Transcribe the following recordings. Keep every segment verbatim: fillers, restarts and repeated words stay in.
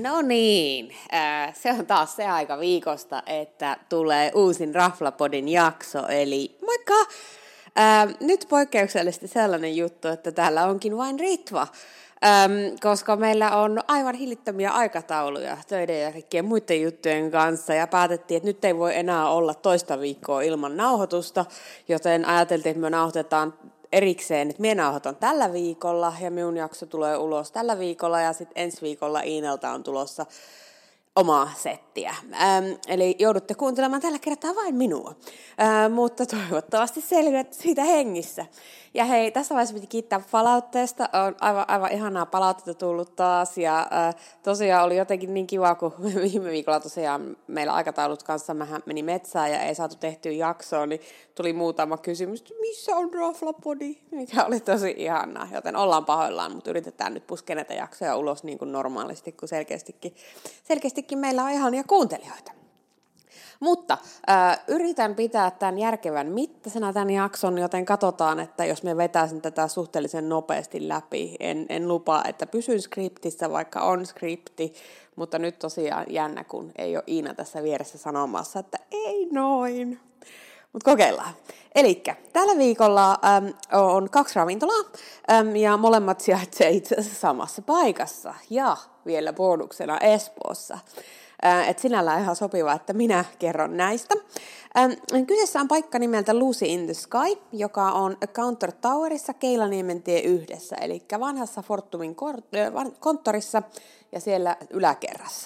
No niin, äh, se on taas se aika viikosta, että tulee uusin Raflapodin jakso, eli moikka! Äh, nyt poikkeuksellisesti sellainen juttu, että täällä onkin vain Ritva, ähm, koska meillä on aivan hillittömiä aikatauluja töiden ja kaikkien muiden juttujen kanssa, ja päätettiin, että nyt ei voi enää olla toista viikkoa ilman nauhoitusta, joten ajateltiin, että me nauhoitetaan erikseen, että minä nauhoitan tällä viikolla ja minun jakso tulee ulos tällä viikolla ja sitten ensi viikolla Iinalta on tulossa omaa settiä. Ähm, eli joudutte kuuntelemaan tällä kertaa vain minua, ähm, mutta toivottavasti selviät siitä hengissä. Ja hei, tässä vaiheessa piti kiittää palautteesta, on aivan, aivan ihanaa palautetta tullut taas ja äh, tosiaan oli jotenkin niin kiva, kun viime viikolla tosiaan meillä aikataulut kanssa mähän meni metsään ja ei saatu tehtyä jaksoa, niin tuli muutama kysymys, missä on Raflapodi, mikä oli tosi ihanaa, joten ollaan pahoillaan, mutta yritetään nyt puskea näitä jaksoja ulos niin kuin normaalisti, kun selkeästikin, selkeästikin meillä on ihania kuuntelijoita. Mutta äh, yritän pitää tämän järkevän mittaisena tämän jakson, joten katsotaan, että jos me vetäisin tätä suhteellisen nopeasti läpi, en, en lupaa, että pysyn skriptissä, vaikka on skripti, mutta nyt tosiaan jännä, kun ei ole Iina tässä vieressä sanomassa, että ei noin. Mutta kokeillaan. Elikkä tällä viikolla äm, on kaksi ravintolaa äm, ja molemmat sijaitsee itse asiassa samassa paikassa ja vielä bonuksena Espoossa. Et sinällään ihan sopiva, että minä kerron näistä. Kyseessä on paikka nimeltä Lucy in the Sky, joka on Counter Towerissa Keilaniementiä yhdessä, eli vanhassa Fortumin konttorissa ja siellä yläkerrassa.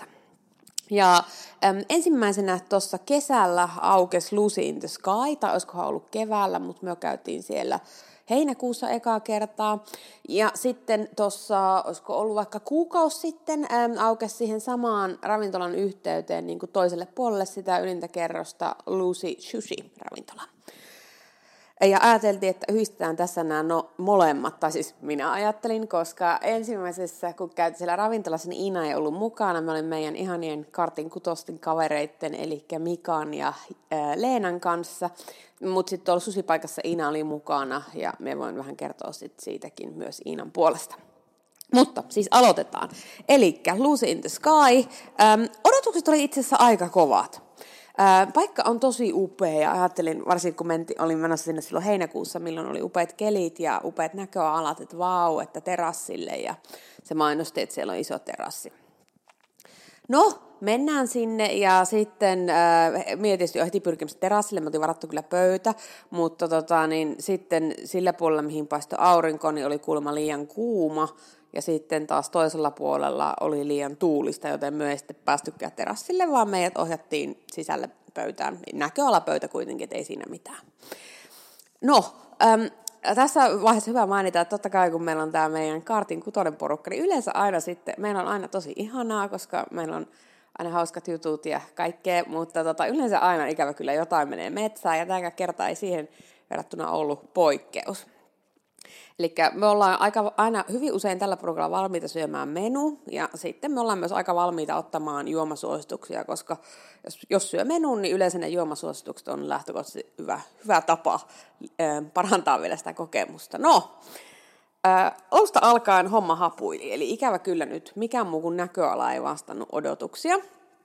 Ja äm, ensimmäisenä tuossa kesällä aukesi Lucy in the Sky, tai olisikohan ollut keväällä, mutta me käytiin siellä heinäkuussa ekaa kertaa. Ja sitten tuossa, olisiko ollut vaikka kuukausi sitten, äm, aukesi siihen samaan ravintolan yhteyteen niin kuin toiselle puolelle sitä ylintä kerrosta Lucy Sushi-ravintola. Ja ajateltiin, että yhdistetään tässä nämä no, molemmat, tai siis minä ajattelin, koska ensimmäisessä, kun käytiin siellä ravintolassa, niin Iina ei ollut mukana. Mä olin meidän ihanien kartin kutosten kavereitten, eli Mikan ja ää, Leenan kanssa. Mutta sitten tuolla susipaikassa Iina oli mukana, ja me voin vähän kertoa sit siitäkin myös Iinan puolesta. Mutta siis aloitetaan. Eli Lucy in the Sky. Ähm, odotukset oli itse asiassa aika kovat. Ää, paikka on tosi upea ja ajattelin, varsinkin kun menti, olin menossa sinne silloin heinäkuussa, milloin oli upeat kelit ja upeat näköalat, että vau, että terassille ja se mainosti, että siellä on iso terassi. No, mennään sinne ja sitten äh, mietin, jo heti pyrkimistä terassille, me oltiin varattu kyllä pöytä, mutta tota, niin, sitten sillä puolella, mihin paistoi aurinko, niin oli kuulemma liian kuuma. Ja sitten taas toisella puolella oli liian tuulista, joten me ei sitten päästykään terassille, vaan meidät ohjattiin sisälle pöytään. Näköalapöytä kuitenkin, että ei siinä mitään. No, äm, tässä vaiheessa hyvä mainita, että totta kai kun meillä on tämä meidän kaartin kutonen porukka, niin yleensä aina sitten, meillä on aina tosi ihanaa, koska meillä on aina hauskat jutut ja kaikkea, mutta tota, yleensä aina ikävä kyllä jotain menee metsään, ja tällä kertaa ei siihen verrattuna ollut poikkeus. Eli me ollaan aika, aina hyvin usein tällä porukalla valmiita syömään menu, ja sitten me ollaan myös aika valmiita ottamaan juomasuosituksia, koska jos, jos syö menun, niin yleensä ne juomasuositukset on lähtökohtaisesti hyvä, hyvä tapa äh, parantaa vielä sitä kokemusta. No, äh, alusta alkaen homma hapuili, eli ikävä kyllä nyt mikään muu kuin näköala ei vastannut odotuksia.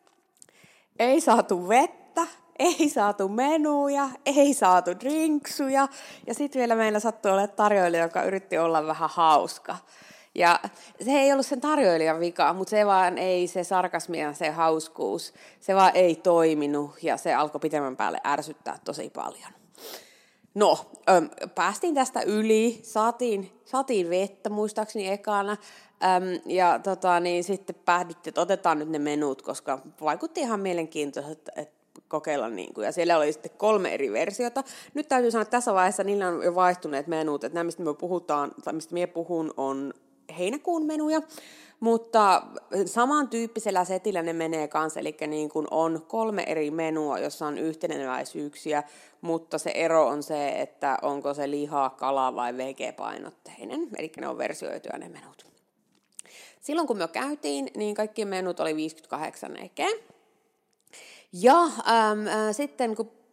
Ei saatu vettä. Ei saatu menuja, ei saatu drinksuja, ja sitten vielä meillä sattui olemaan tarjoilija, joka yritti olla vähän hauska. Ja se ei ollut sen tarjoilijan vika, mutta se vaan ei, se sarkasmi ja se hauskuus, se vaan ei toiminut, ja se alkoi pitemmän päälle ärsyttää tosi paljon. No, äm, päästiin tästä yli, saatiin, saatiin vettä muistaakseni ekana, äm, ja tota, niin sitten päädyttiin, että otetaan nyt ne menut, koska vaikutti ihan mielenkiintoiselta, että kokeilla niin kuin. Ja siellä oli sitten kolme eri versiota. Nyt täytyy sanoa, että tässä vaiheessa niillä on jo vaihtuneet menut, että nämä, mistä me puhutaan, tai mistä minä puhun, on heinäkuun menuja, mutta samantyyppisellä setillä ne menee kanssa, eli niin kuin on kolme eri menua, jossa on yhteneväisyyksiä, mutta se ero on se, että onko se liha, kala vai vege-painotteinen, eli ne on versioituja ne menut. Silloin kun me käytiin, niin kaikki menut oli viisikymmentäkahdeksan ekeä. Ja äm, äh, sitten kun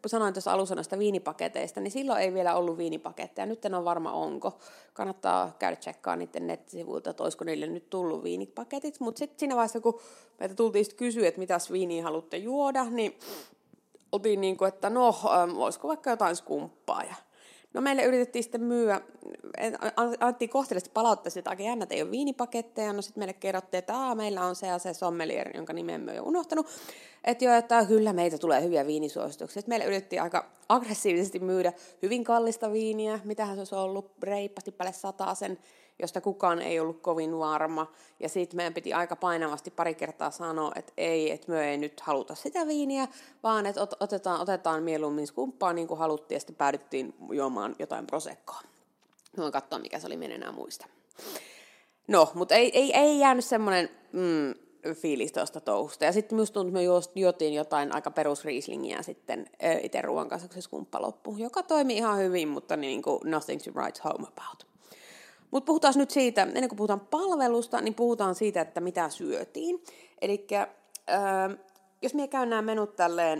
sanoin tuossa alussa noista viinipaketeista, niin silloin ei vielä ollut viinipaketteja. Nyt en ole varma onko. Kannattaa käydä tsekkaa niiden nettisivuilta, että olisiko niille nyt tullut viinipaketit. Mutta sitten siinä vaiheessa, kun meitä tultiin sitten kysyä, että mitäs viiniä haluatte juoda, niin oltiin niin kuin, että no, ähm, olisiko vaikka jotain skumppaa. Ja no meille yritettiin sitten myyä, annettiin kohteliaasti palauttaa sitä, aika jännä, että ei ole viinipaketteja. No sitten meille kerrottiin, että Aa, meillä on se ja se sommelier, jonka nimen me jo unohtanut. Että joo, että kyllä meitä tulee hyviä viinisuosituksia. Meille yritettiin aika aggressiivisesti myydä hyvin kallista viiniä, mitähän se olisi ollut, reippaasti päälle satasen, josta kukaan ei ollut kovin varma. Ja sitten meidän piti aika painavasti pari kertaa sanoa, että ei, että me ei nyt haluta sitä viiniä, vaan että otetaan, otetaan mieluummin skumppaa niin kuin haluttiin, ja sitten päädyttiin juomaan jotain proseccoa. Voin katsoa, mikä se oli, minä enää muista. No, mutta ei, ei, ei jäänyt semmoinen mm, fiilis tuosta touhusta. Ja sitten minusta tuntuu, että me juotiin jotain aika perusriislingiä sitten itse ruoan kanssa, kun se skumppa loppui, joka toimi ihan hyvin, mutta niin kuin nothing to write home about. Mutta puhutaan nyt siitä, ennen kuin puhutaan palvelusta, niin puhutaan siitä, että mitä syötiin. Eli äh, jos minä käyn nämä menut tälleen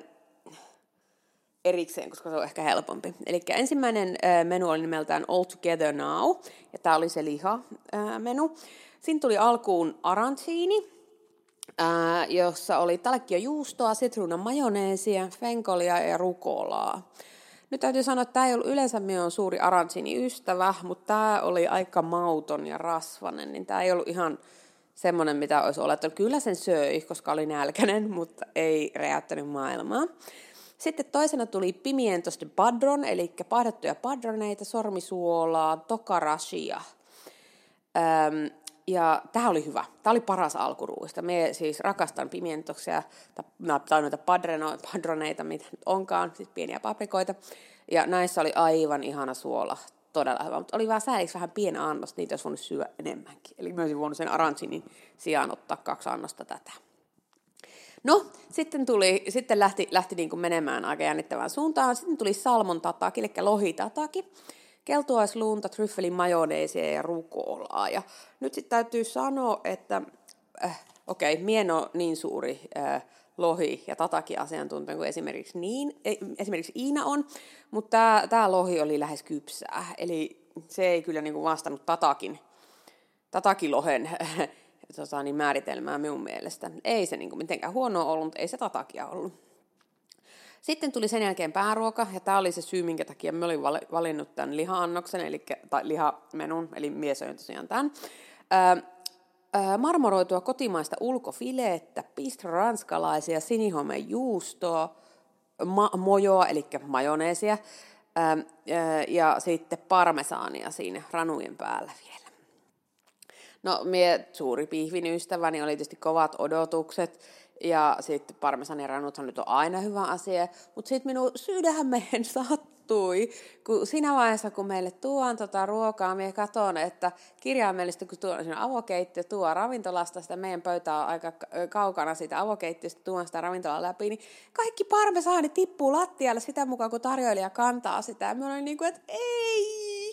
erikseen, koska se on ehkä helpompi. Eli ensimmäinen äh, menu oli nimeltään All Together Now, ja tämä oli se liha-menu. Siinä tuli alkuun arancini, äh, jossa oli talkkia juustoa, sitruunan majoneesia, fenkolia ja rukolaa. Nyt täytyy sanoa, että tämä ei ollut yleensä minun suuri arancini-ystävä, mutta tämä oli aika mauton ja rasvanen, niin tämä ei ollut ihan semmoinen, mitä olisi olettanut. Kyllä sen söi, koska oli nälkäinen, mutta ei räjäyttänyt maailmaa. Sitten toisena tuli pimientos de padron, eli pahdettuja padroneita, sormisuolaa, tokarashia. Öm, ja tämä oli hyvä. Tämä oli paras alkuruuista. Me siis rakastan pimientoksia tai noita padroneita, mitä nyt onkaan, siis pieniä paprikoita. Ja näissä oli aivan ihana suola. Todella hyvä, mutta oli vähän sääliksi vähän pieni annos, niitä olisi voinut syödä enemmänkin. Eli mä olisin voinut sen arancinin sijaan ottaa kaksi annosta tätä. No, sitten, tuli, sitten lähti, lähti niin kuin menemään aika jännittävään suuntaan. Sitten tuli salmon tataki, eli lohitataki. Keltuaislunta, tryffelin majoneesia ja rukolaa. Ja nyt sitten täytyy sanoa, että äh, okei, okay, mie en ole niin suuri äh, lohi- ja tataki-asiantuntija kuin esimerkiksi, niin, esimerkiksi Iina on, mutta tämä lohi oli lähes kypsää. Eli se ei kyllä niinku vastannut tatakin, tatakilohen tota, niin määritelmää minun mielestä. Ei se niinku mitenkään huonoa ollut, mutta ei se tatakia ollut. Sitten tuli sen jälkeen pääruoka, ja tämä oli se syy, minkä takia mä olin valinnut tämän liha-annoksen, eli, tai lihamenun, eli mie söin tosiaan tämän. Öö, öö, marmoroitua kotimaista ulkofilettä, bistro-ranskalaisia sinihomejuustoa, ma- mojoa, eli majoneesia, öö, öö, ja sitten parmesaania siinä ranujen päällä vielä. No, mie suuri pihvin ystäväni, oli tietysti kovat odotukset, ja sitten parmesaniranuthan nyt on aina hyvä asia, mutta sitten minun sydämeen sattui, kun siinä vaiheessa, kun meille tuon tota ruokaa, minä katson, että kirjaimellisesti, kun tuon siinä avokeittiö, tuo ravintolasta, sitä meidän pöytää on aika kaukana siitä avokeittiöstä, tuon sitä ravintolaa läpi, niin kaikki parmesaani tippuu lattialle sitä mukaan, kun tarjoilija kantaa sitä, ja minä olin niin kuin, että ei.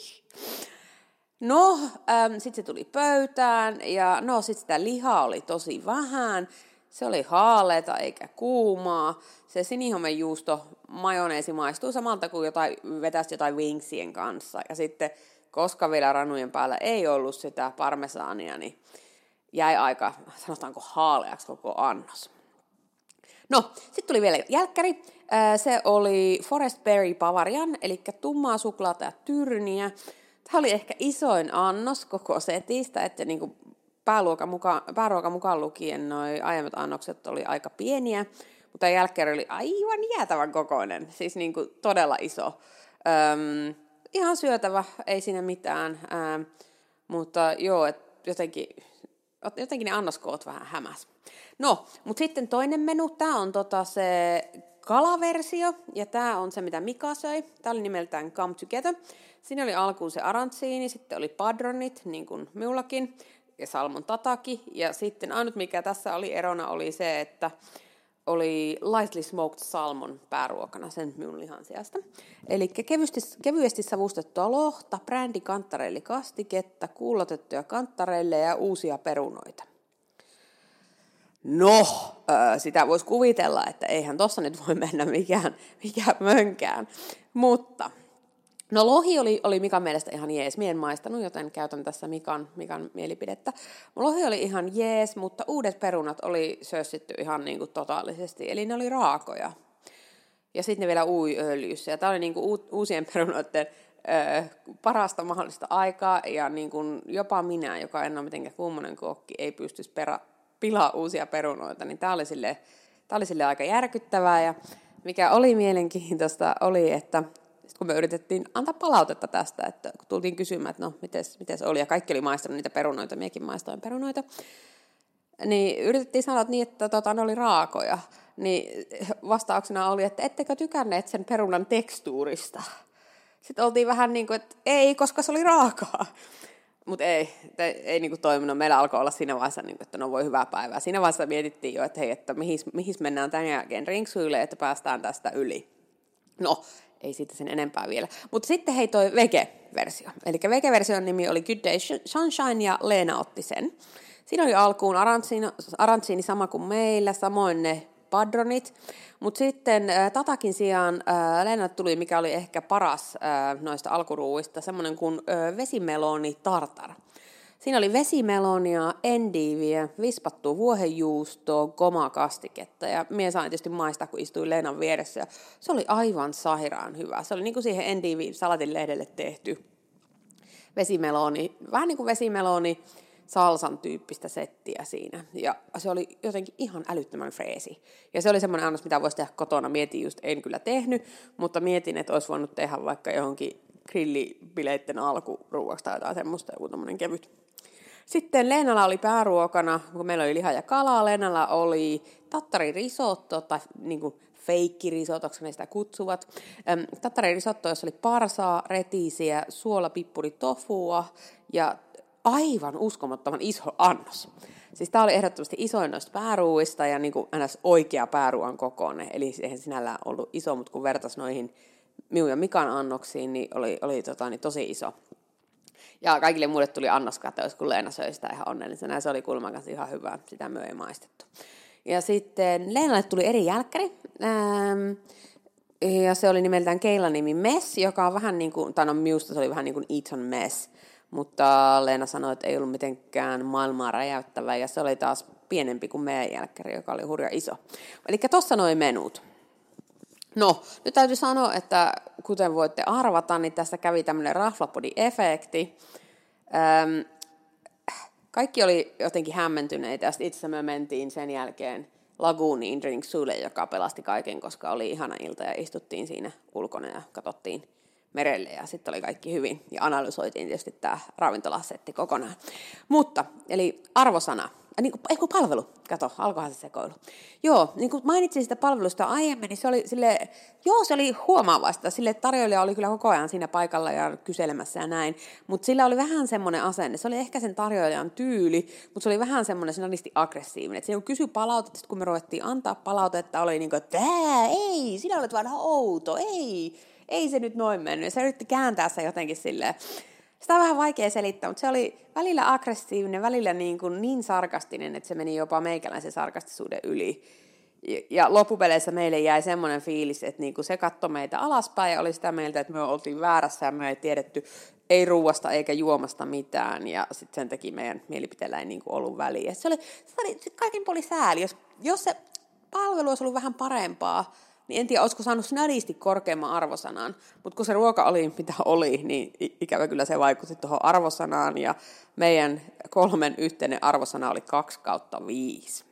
No, ähm, sitten se tuli pöytään, ja no, sitten sitä lihaa oli tosi vähän. Se oli haaleeta eikä kuumaa. Se sinihomejuusto majoneesi maistuu samalta kuin jotain, vetäisi jotain wingsien kanssa. Ja sitten, koska vielä ranujen päällä ei ollut sitä parmesaania, niin jäi aika, sanotaanko haaleaksi koko annos. No, sitten tuli vielä jälkkäri. Se oli Forest Berry Bavarian, eli tummaa suklaata ja tyrniä. Tämä oli ehkä isoin annos koko setistä, että niin kuin pääluokan mukaan, pääruokan mukaan lukien noi aiemmat annokset oli aika pieniä, mutta jälkeen oli aivan jäätävän kokoinen, siis niin kuin todella iso. Öm, ihan syötävä, ei siinä mitään, ähm, mutta joo, et jotenkin, jotenkin ne annoskoot vähän hämäs. No, mutta sitten toinen menu, tämä on tota se kalaversio, ja tämä on se, mitä Mika söi. Tämä oli nimeltään Come Together. Siinä oli alkuun se arancini, sitten oli padronit, niin kuin minullakin, ja salmon tataki. Ja sitten ainut, mikä tässä oli erona, oli se, että oli lightly smoked salmon pääruokana sen minun lihan sijasta. Eli kevyesti, kevyesti savustettua lohta, brändi kantarellikastiketta, kuulotettuja kantareille ja uusia perunoita. No, öö, sitä voisi kuvitella, että eihän tossa nyt voi mennä mikään, mikään mönkään. Mutta, no lohi oli, oli Mikan mielestä ihan jees. Mie en maistanut, joten käytän tässä Mikan, Mikan mielipidettä. Lohi oli ihan jees, mutta uudet perunat oli sössitty ihan niin kuin totaalisesti, eli ne oli raakoja. Ja sitten ne vielä ui öljyssä. Ja tämä oli niin kuin uusien perunoiden öö, parasta mahdollista aikaa, ja niin kuin jopa minä, joka en ole mitenkään kummonen kokki, ei pystyisi perä, pilaa uusia perunoita, niin tämä oli sille, tämä oli sille aika järkyttävää, ja mikä oli mielenkiintoista oli, että kun me yritettiin antaa palautetta tästä, että kun tultiin kysymään, että no, mites, mites oli, ja kaikki oli maistanut niitä perunoita, miekin maistoin perunoita, niin yritettiin sanoa niin, että tota, ne oli raakoja, niin vastauksena oli, että ettekö tykänneet sen perunan tekstuurista. Sitten oltiin vähän niin kuin, että ei, koska se oli raakaa. Mutta ei, te, ei niin kuin toiminut. Meillä alkoi olla siinä vaiheessa, niin kuin, että no voi hyvää päivää. Siinä vaiheessa mietittiin jo, että hei, että mihin, mihin mennään tämän jälkeen rinksuille, että päästään tästä yli. No, ei siitä sen enempää vielä. Mutta sitten hei toi vege-versio. Eli vege-version nimi oli Good Day Sunshine ja Leena otti sen. Siinä oli alkuun aranciini sama kuin meillä, samoin ne padronit. Mutta sitten äh, Tatakin sijaan äh, Leena tuli, mikä oli ehkä paras äh, noista alkuruuista, semmoinen kuin äh, vesimeloni tartar. Siinä oli vesimelonia, endiviä, vispattua vuohenjuustoa, gomakastiketta ja mie sain tietysti maistaa, kun istuin Leenan vieressä. Ja se oli aivan sairaan hyvä. Se oli niin kuin siihen endiviin salatin lehdelle tehty vesimeloni, vähän niin kuin vesimeloni, salsan tyyppistä settiä siinä. Ja se oli jotenkin ihan älyttömän freesi. Ja se oli semmoinen annos, mitä voisi tehdä kotona. Mietin just, en kyllä tehnyt, mutta mietin, että olisi voinut tehdä vaikka johonkin grillibileitten alkuruuaksi tai jotain semmoista, joku tommoinen kevyt. Sitten Leenalla oli pääruokana, kun meillä oli liha ja kalaa, Leenalla oli tattaririsotto, tai niin kuin feikkirisotoksi ne sitä kutsuvat. Ähm, tattaririsotto, jossa oli parsaa, retiisiä, suolapippuri tofua ja aivan uskomattoman iso annos. Siis tämä oli ehdottomasti isoin noista pääruuista ja niin kuin ns. Oikea pääruuan kokoinen. Eli eihän sinällään ollut iso, mutta kun vertaisi noihin minun ja Mikan annoksiin, niin oli, oli tota, niin tosi iso. Ja kaikille muille tuli annoskateus, kun Leena söi sitä ihan onnellisena. Se oli kulman kanssa ihan hyvä. Sitä me ei maistettu. Ja sitten Leenalle tuli eri jälkkäri. Ähm, ja se oli nimeltään Keila-nimi Mess, joka on vähän niin kuin, tai no minusta se oli vähän niin kuin Eton Mess. Mutta Leena sanoi, että ei ollut mitenkään maailmaa räjäyttävä, ja se oli taas pienempi kuin meidän jälkkäri, joka oli hurja iso. Eli tossa noin menut. No, nyt täytyy sanoa, että kuten voitte arvata, niin tässä kävi tämmöinen raflapodi-efekti. Öm, kaikki oli jotenkin hämmentyneitä, ja sitten itse me mentiin sen jälkeen Lagooniin drinksuille, joka pelasti kaiken, koska oli ihana ilta, ja istuttiin siinä ulkona ja katsottiin merelle, ja sitten oli kaikki hyvin, ja analysoitiin tietysti tämä ravintolasetti kokonaan. Mutta, eli arvosana, niin kuin, ei kun palvelu, kato, alkoihan se sekoilu. Joo, niin kuin mainitsin sitä palvelusta aiemmin, niin se oli sille, joo, se oli huomaavaista, sille tarjoilija oli kyllä koko ajan siinä paikalla ja kyselemässä ja näin, mutta sillä oli vähän semmoinen asenne, se oli ehkä sen tarjoilijan tyyli, mutta se oli vähän semmoinen snadisti aggressiivinen, että se kysyi palautetta, kun me ruvettiin antaa palautetta, oli niin kuin, että tää, ei, sinä olet vaan outo, ei, ei se nyt noin mennyt, ja se yritti kääntää se jotenkin silleen. Sitä on vähän vaikea selittää, mutta se oli välillä aggressiivinen, välillä niin, kuin niin sarkastinen, että se meni jopa meikäläisen sarkastisuuden yli. Ja loppupeleissä meille jäi semmoinen fiilis, että niin kuin se katsoi meitä alaspäin ja oli sitä mieltä, että me oltiin väärässä ja me ei tiedetty ei ruuasta eikä juomasta mitään. Ja sitten sen takia meidän mielipiteellä ei niin kuin ollut väliä. Se oli, se oli kaikin puolin sääli. Jos, jos se palvelu olisi ollut vähän parempaa, niin en tiedä, olisiko saanut snadisti korkeamman arvosanan, mutta kun se ruoka oli mitä oli, niin ikävä kyllä se vaikutti tuohon arvosanaan, ja meidän kolmen yhteinen arvosana oli kaksi kautta viisi.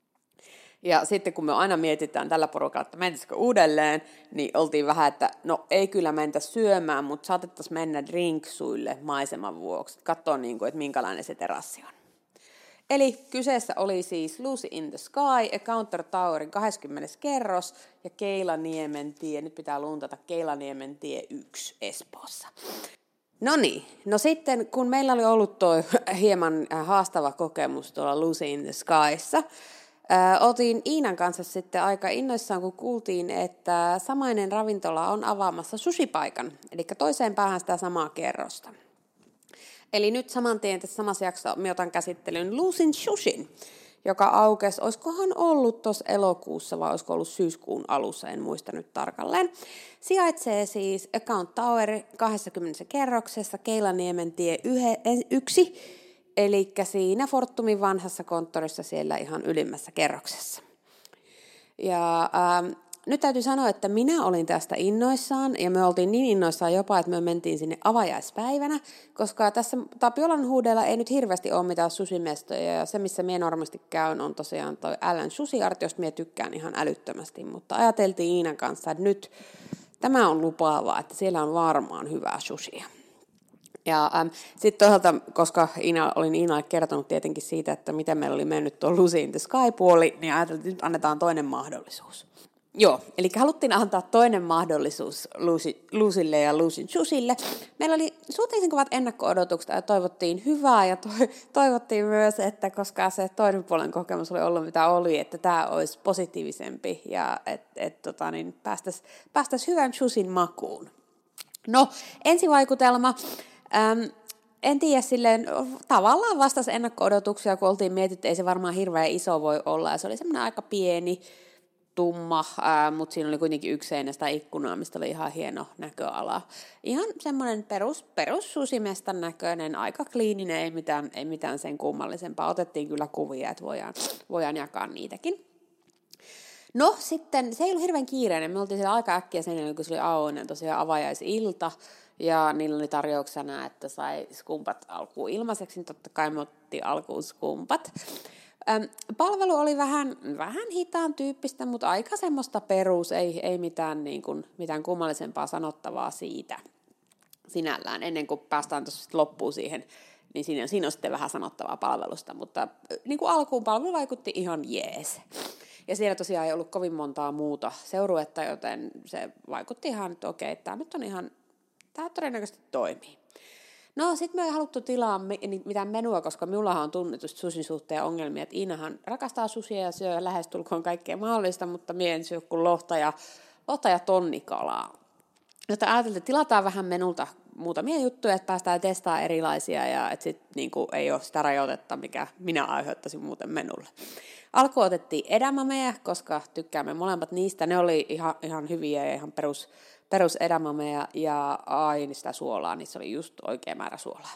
Ja sitten kun me aina mietitään tällä porukalla, että mentisikö uudelleen, niin oltiin vähän, että no ei kyllä mentä syömään, mutta saatettaisiin mennä drinksuille maiseman vuoksi, katsoa niin kuin, että minkälainen se terassi on. Eli kyseessä oli siis Lucy in the Sky, Encounter Towerin kahdeskymmenes kerros ja Keilaniemi tie, nyt pitää luntata Keilaniemi tie yksi Espoossa. No niin, no sitten kun meillä oli ollut tuo hieman haastava kokemus tuolla Lucy in the Skyssa, ää, oltiin Iinan kanssa sitten aika innoissaan, kun kuultiin, että samainen ravintola on avaamassa sushipaikan, eli toiseen päähän sitä samaa kerrosta. Eli nyt saman tien tässä samassa jaksossa minä otan käsittelyyn Lucyn Sushin, joka aukesi, olisikohan ollut tuossa elokuussa vai olisiko ollut syyskuun alussa, en muista nyt tarkalleen. Sijaitsee siis Account Tower kaksikymmentä kerroksessa Keilaniemen tie yksi, eli siinä Fortumin vanhassa konttorissa siellä ihan ylimmässä kerroksessa. Ja ähm, nyt täytyy sanoa, että minä olin tästä innoissaan, ja me oltiin niin innoissaan jopa, että me mentiin sinne avajaispäivänä, koska tässä Tapiolan huudella ei nyt hirveästi ole mitään susimestoja, ja se, missä minä normaalisti käyn, on tosiaan toi Alan Sushi Art, josta minä tykkään ihan älyttömästi, mutta ajateltiin Iinan kanssa, että nyt tämä on lupaavaa, että siellä on varmaan hyvää sushia. Ja ähm, sitten toisaalta, koska Iina, olin Iinalle kertonut tietenkin siitä, että miten meillä oli mennyt tuo Lucy in the Sky-puoli, niin ajateltiin, että nyt annetaan toinen mahdollisuus. Joo, eli haluttiin antaa toinen mahdollisuus Lucy, Lucylle ja Lucyn Sushille. Meillä oli suhteellisen kovat ennakko-odotukset ja toivottiin hyvää ja to, toivottiin myös, että koska se toinen puolen kokemus oli ollut mitä oli, että tämä olisi positiivisempi ja että et, tota, niin päästäisiin päästäis hyvän Sushyn makuun. No, ensivaikutelma. Ähm, En tiedä, silleen, tavallaan vastasi ennakko-odotuksia, kun oltiin mietitty, että ei se varmaan hirveän iso voi olla. Ja se oli semmoinen aika pieni, tumma, ää, mutta siinä oli kuitenkin yksi seinästä ikkunaa, mistä oli ihan hieno näköala. Ihan semmoinen perus, perus susimestan näköinen, aika kliininen, ei mitään, ei mitään sen kummallisempaa. Otettiin kyllä kuvia, että voidaan, voidaan jakaa niitäkin. No sitten, se ei ollut hirveän kiireinen. Me oltiin siellä aika äkkiä sen jälkeen, kun se oli avoinen tosiaan avajaisilta. Ja niillä oli tarjouksena, että sai skumpat alkuun ilmaiseksi, niin totta kai me otettiin alkuun skumpat. Ähm, palvelu oli vähän, vähän hitaan tyyppistä, mutta aika semmoista perus, ei, ei mitään, niin kuin, mitään kummallisempaa sanottavaa siitä sinällään. Ennen kuin päästään tuossa loppuun siihen, niin siinä, siinä on sitten vähän sanottavaa palvelusta, mutta niin kuin alkuun palvelu vaikutti ihan jees. Ja siellä tosiaan ei ollut kovin montaa muuta seuruetta, joten se vaikutti ihan, että okei, okay, tämä nyt on ihan, tämä todennäköisesti toimii. No, sitten me ei haluttu tilaa mitään menua, koska minullahan on tunnetusti susin suhteen ongelmia, että Iinahan rakastaa susia ja syö lähestulkoon kaikkea mahdollista, mutta mie en syö kuin lohta ja, lohta ja tonnikalaa. Joten ajateltiin, että tilataan vähän menulta muutamia juttuja, että päästään testaamaan erilaisia ja että sitten niinku ei ole sitä rajoitetta, mikä minä aiheuttaisin muuten menulle. Alkuun otettiin edamameja, koska tykkäämme molemmat niistä. Ne oli ihan, ihan hyviä ja ihan perus, perus edamameja ja ai, sitä suolaa, niin se oli just oikea määrä suolaa.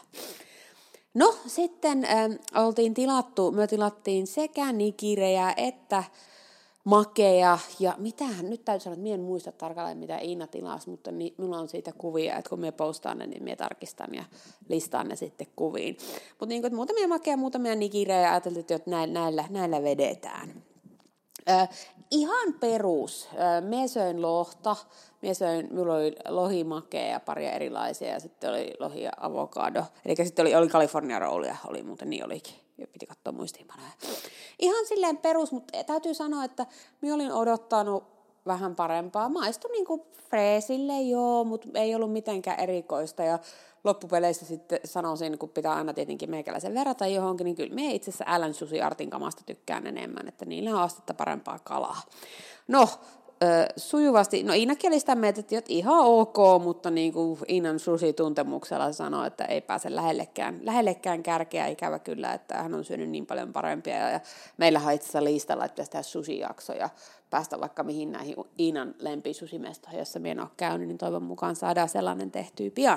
No sitten äh, oltiin tilattu, me tilattiin sekä nikirejä että makeja ja mitähän, nyt täytyy sanoa, että minä en muista tarkalleen mitä Iina tilasi, mutta niin, minulla on siitä kuvia, että kun minä postaan ne, niin minä tarkistan ja listaan ne sitten kuviin. Mutta niin kuin, muutamia makeja, muutamia nikirejä ja ajateltiin, että näillä, näillä vedetään. Äh, ihan perus. Äh, minä söin lohta, minä söin, minulla oli lohimakea ja paria erilaisia ja sitten oli lohi ja avokado. Eli sitten oli, oli California rollia, oli muuten niin olikin. Piti katsoa muistiinpanoja. Ihan silleen perus, mutta täytyy sanoa, että minä olin odottanut vähän parempaa. Maistui niin kuin freesille, joo, mutta ei ollut mitenkään erikoista. Ja loppupeleissä sitten sanoisin, kun pitää aina tietenkin meikäläisen verrata johonkin, niin kyllä minä itse asiassa Alan Sushi Artin kamasta tykkään enemmän, että niillä on astetta parempaa kalaa. No, Ö, sujuvasti, no Iinakin oli sitä mieltä, että ihan ok, mutta niin kuin Iinan sushi-tuntemuksella sanoi, että ei pääse lähellekään, lähellekään kärkeä, ikävä kyllä, että hän on syönyt niin paljon parempia, ja, ja meillä on itse asiassa listalla, että pitäisi tehdä sushi-jakso ja päästä vaikka mihin näihin Iinan lempisusimestoihin, jossa minä en ole käynyt, niin toivon mukaan saadaan sellainen tehtyä pian.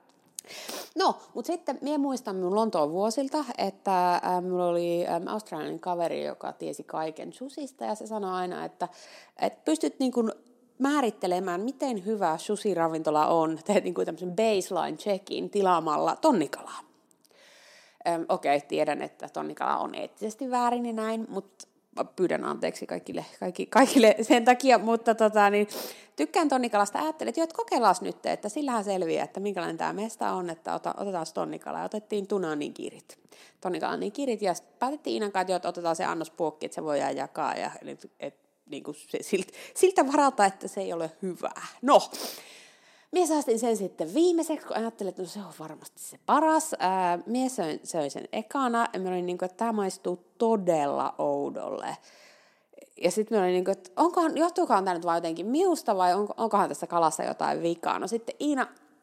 No, mutta sitten minä muistan minun Lontoon vuosilta, että äh, minulla oli äh, australialainen kaveri, joka tiesi kaiken susista, ja se sanoi aina, että, että pystyt niin kuin määrittelemään, miten hyvä sushi-ravintola on, teet niin kuin tämmöisen baseline checkin tilaamalla tonnikalaa. Ähm, Okei, okay, tiedän, että tonnikala on eettisesti väärin ja näin, mutta pyydän anteeksi kaikille, kaikki, kaikille sen takia, mutta tota, niin, tykkään tonnikalasta. Ajattelin, että, jo, että kokeillaan nyt, että sillähän selviää, että minkälainen tämä mesta on, että ota, otetaan tonnikala. Otettiin tunanikirit, tonnikalan nikirit ja päätettiin Iinan kanssa, että otetaan se annospuokki, että se voidaan jakaa ja et, et, niin kuin se, siltä, siltä varalta, että se ei ole hyvää. No, minä säästin sen sitten viimeiseksi, kun ajattelin, että no se on varmasti se paras. Ää, minä söin, söin sen ekana, ja minä olin niin kuin, että tämä maistuu todella oudolle. Ja sitten minä olin niin kuin, että onkohan, johtuukohan tämä nyt vaan jotenkin miusta, vai onko, onkohan tässä kalassa jotain vikaa. No sitten Iina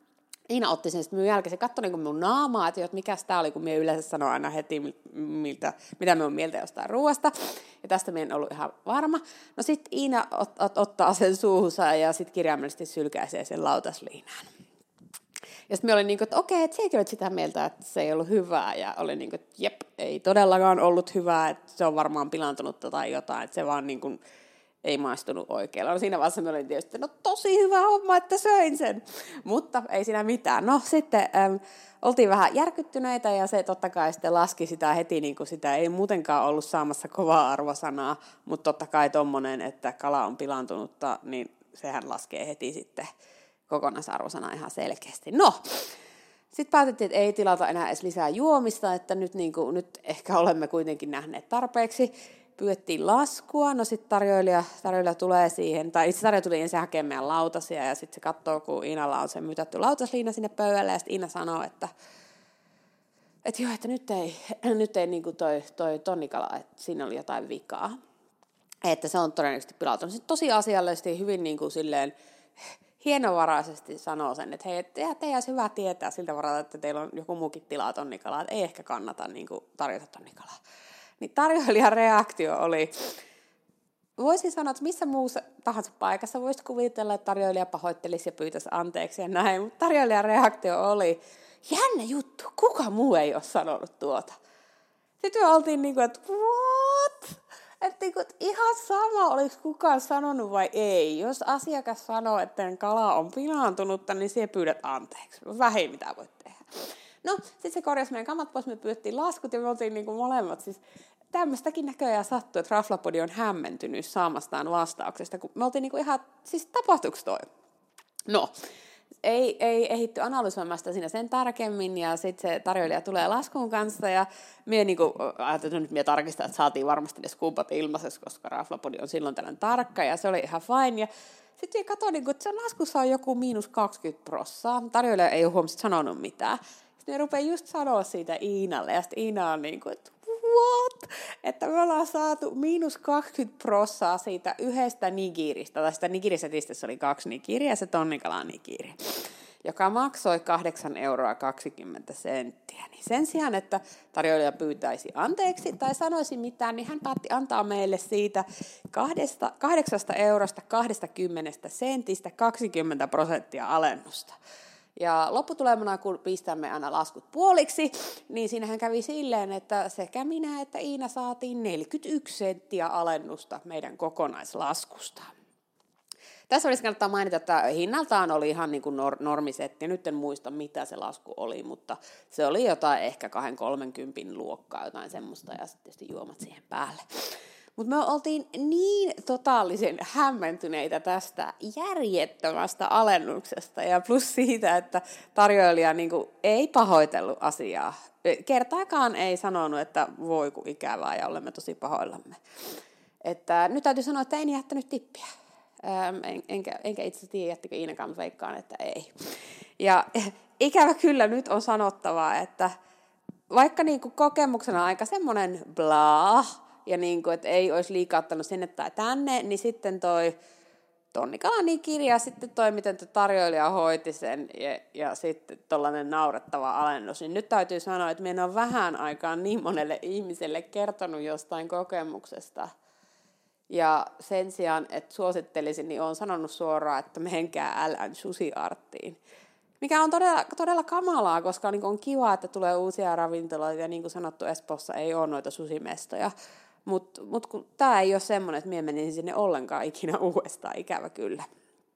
Iina otti sen sitten minun jälkeen, se katsoi niin minun naamaa, että mikäs tää oli, kun minä yleensä sanon aina heti, miltä, mitä minun mieltä jostain ruoasta. Ja tästä minä en ollut ihan varma. No sitten Iina ot, ot, ottaa sen suuhunsa ja sitten kirjaimellisesti sylkäisee sen lautasliinaan. Ja sitten minä olin niin kuin, että okei, että sekin olet sitä mieltä, että se ei ollut hyvää. Ja olin niin kuin, että jep, ei todellakaan ollut hyvää, että se on varmaan pilaantunut tai jotain, että se vaan niin kuin ei maistunut oikealla. No siinä vaiheessa me olin tietysti, no tosi hyvä homma, että söin sen. Mutta ei siinä mitään. No sitten äm, oltiin vähän järkyttyneitä ja se totta kai sitten laski sitä heti, niin kuin sitä ei muutenkaan ollut saamassa kovaa arvosanaa. Mutta totta kai tommonen, että kala on pilaantunutta, niin sehän laskee heti sitten kokonaisarvosana ihan selkeästi. No, sitten päätettiin, että ei tilata enää edes lisää juomista, että nyt, niin kuin, nyt ehkä olemme kuitenkin nähneet tarpeeksi. Pyydettiin laskua, no sitten tarjoilija, tarjoilija tulee siihen, tai itse tarjoilija tuli ensin hakemaan meidän lautasia, ja sitten se katsoo, kun Iinalla on se mytätty lautasliina sinne pöydälle, ja sitten Iina sanoo, että, että joo, että nyt ei, nyt ei niin kuin toi, toi tonnikala, että siinä oli jotain vikaa, että se on todennäköisesti pilaantunut. Sitten tosi asiallisesti, hyvin niin kuin silleen hienovaraisesti sanoo sen, että hei, että teidän olisi hyvä tietää siltä varalta, että teillä on joku muukin tilaa tonnikalaa, että ei ehkä kannata niin kuin tarjota tonnikalaa. Niin tarjoilijan reaktio oli, voisin sanoa, että missä muussa tahansa paikassa voisit kuvitella, että tarjoilija pahoittelisi ja pyytäisi anteeksi ja näin, mutta tarjoilijan reaktio oli, jännä juttu, kuka muu ei ole sanonut tuota. Sitten me oltiin niin kuin, että what? Että, niin kuin, että ihan sama, oliko kukaan sanonut vai ei. Jos asiakas sanoo, että kala on pilaantunutta, niin siihen pyydät anteeksi. Vähin mitä voit tehdä. No, sitten se korjasi meidän kamat pois, me pyydettiin laskut ja me oltiin niin kuin molemmat. Siis tämmöistäkin näköjään sattui, että Raflapodi on hämmentynyt saamastaan vastauksesta, kun me oltiin niin kuin ihan, siis tapahtuiko toi? No, ei, ei ehitty analysoimaan sitä siinä sen tarkemmin, ja sitten se tarjoilija tulee laskun kanssa, ja minä niin ajattelin, että nyt minä tarkistan, että saatiin varmasti ne skuupat ilmaiseksi, koska Raflapodi on silloin tällainen tarkka, ja se oli ihan fine, ja sitten minä katsoin, että se laskussa on joku miinus kaksikymmentä prosenttia, tarjoilija ei ole huomasti sanonut mitään. Sitten ne rupeaa just sanoa siitä Iinalle, ja sitten Iina on niin kuin, että what? Että me ollaan saatu miinus kaksikymmentä prosenttia siitä yhdestä nigiristä, tai sitä nigirisetistä se oli kaksi nigiriä, ja se tonnikala nigiri, joka maksoi kahdeksan euroa kaksikymmentä senttiä. Niin sen sijaan, että tarjoilija pyytäisi anteeksi tai sanoisi mitään, niin hän päätti antaa meille siitä kahdesta, kahdeksasta eurosta kaksikymmentä sentistä kaksikymmentä prosenttia alennusta. Ja lopputulemana, kun pistämme aina laskut puoliksi, niin siinähän kävi silleen, että sekä minä että Iina saatiin neljäkymmentäyksi senttiä alennusta meidän kokonaislaskusta. Tässä olisi kannattaa mainita, että hinnaltaan oli ihan niin kuin normisetti. Nyt en muista, mitä se lasku oli, mutta se oli jotain ehkä kahden kolmenkympin luokkaa, jotain semmoista, ja sitten tietysti juomat siihen päälle. Mutta me oltiin niin totaalisen hämmentyneitä tästä järjettömästä alennuksesta ja plus siitä, että tarjoilija niinku ei pahoitellut asiaa. Kertaakaan ei sanonut, että voi kun ikävää ja olemme tosi pahoillamme. Että nyt täytyy sanoa, että en jättänyt tippiä. En, enkä, enkä itse tiedä, jättikö Iinakaan, veikkaan, että ei. Ja ikävä kyllä nyt on sanottavaa, että vaikka niinku kokemuksena aika semmoinen blaa, ja niin kuin, että ei olisi liikaa ottanut sinne tai tänne, niin sitten toi tonnikalani kirja, sitten toi, miten tarjoilija hoiti sen, ja, ja sitten tollainen naurettava alennus. Niin nyt täytyy sanoa, että minä olen vähän aikaan niin monelle ihmiselle kertonut jostain kokemuksesta. Ja sen sijaan, että suosittelisin, niin olen sanonut suoraan, että menkää älän sushi-arttiin. Mikä on todella, todella kamalaa, koska on, niin on kiva, että tulee uusia ravintoloita, ja niin kuin sanottu, Espoossa ei ole noita susimestoja. Mutta mut tämä ei ole semmoinen, että minä menisin sinne ollenkaan ikinä uudestaan, ikävä kyllä.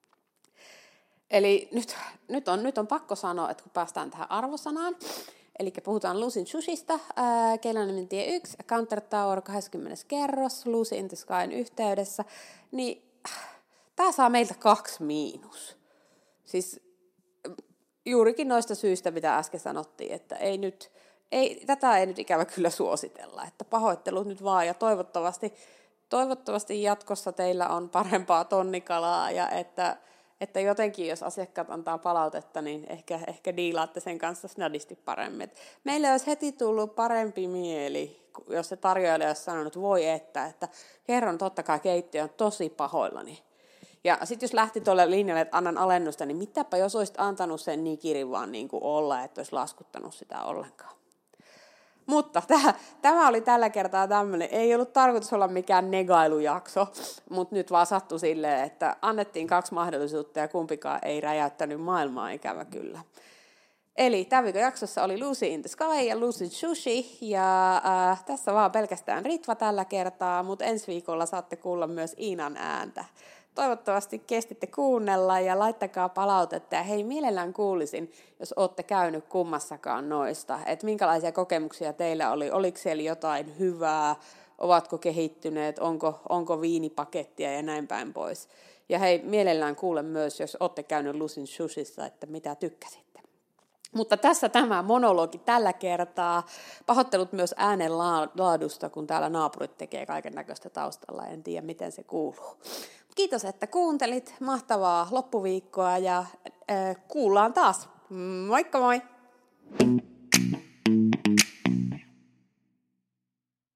Eli nyt, nyt, on, nyt on pakko sanoa, että kun päästään tähän arvosanaan, eli puhutaan Lusin Sushista, Keilaniemi tie yksi, Counter Tower kaksikymmentä kerros, Lucy in the Skyn yhteydessä, niin tämä saa meiltä kaksi miinus. Siis juurikin noista syistä, mitä äsken sanottiin, että ei nyt... Ei, tätä ei nyt ikävä kyllä suositella, että pahoittelut nyt vaan ja toivottavasti, toivottavasti jatkossa teillä on parempaa tonnikalaa ja että, että jotenkin jos asiakkaat antaa palautetta, niin ehkä, ehkä diilaatte sen kanssa snadisti paremmin. Et meille olisi heti tullut parempi mieli, jos se tarjoilija olisi sanonut, voi että, että kerron totta kai keittiö on tosi pahoillani. Ja sitten jos lähti tuolle linjalle, että annan alennusta, niin mitäpä jos olisit antanut sen nikirin vaan niin kuin olla, että olisi laskuttanut sitä ollenkaan. Mutta tämä, tämä oli tällä kertaa tämmöinen, ei ollut tarkoitus olla mikään negailujakso, mutta nyt vaan sattui silleen, että annettiin kaksi mahdollisuutta ja kumpikaan ei räjäyttänyt maailmaa, ikävä kyllä. Eli tämän viikon jaksossa oli Lucy in the Sky ja Lucy Sushi, ja äh, tässä vaan pelkästään Ritva tällä kertaa, mutta ensi viikolla saatte kuulla myös Iinan ääntä. Toivottavasti kestitte kuunnella ja laittakaa palautetta. Ja hei, mielellään kuulisin, jos olette käynyt kummassakaan noista, että minkälaisia kokemuksia teillä oli, oliko siellä jotain hyvää, ovatko kehittyneet, onko, onko viinipakettia ja näin päin pois. Ja hei, mielellään kuulen myös, jos olette käynyt Lucyn Sushissa, että mitä tykkäsitte. Mutta tässä tämä monologi tällä kertaa. Pahoittelut myös äänen laadusta, kun täällä naapurit tekee kaiken näköistä taustalla. En tiedä, miten se kuuluu. Kiitos, että kuuntelit. Mahtavaa loppuviikkoa ja äh, kuullaan taas. Moikka moi!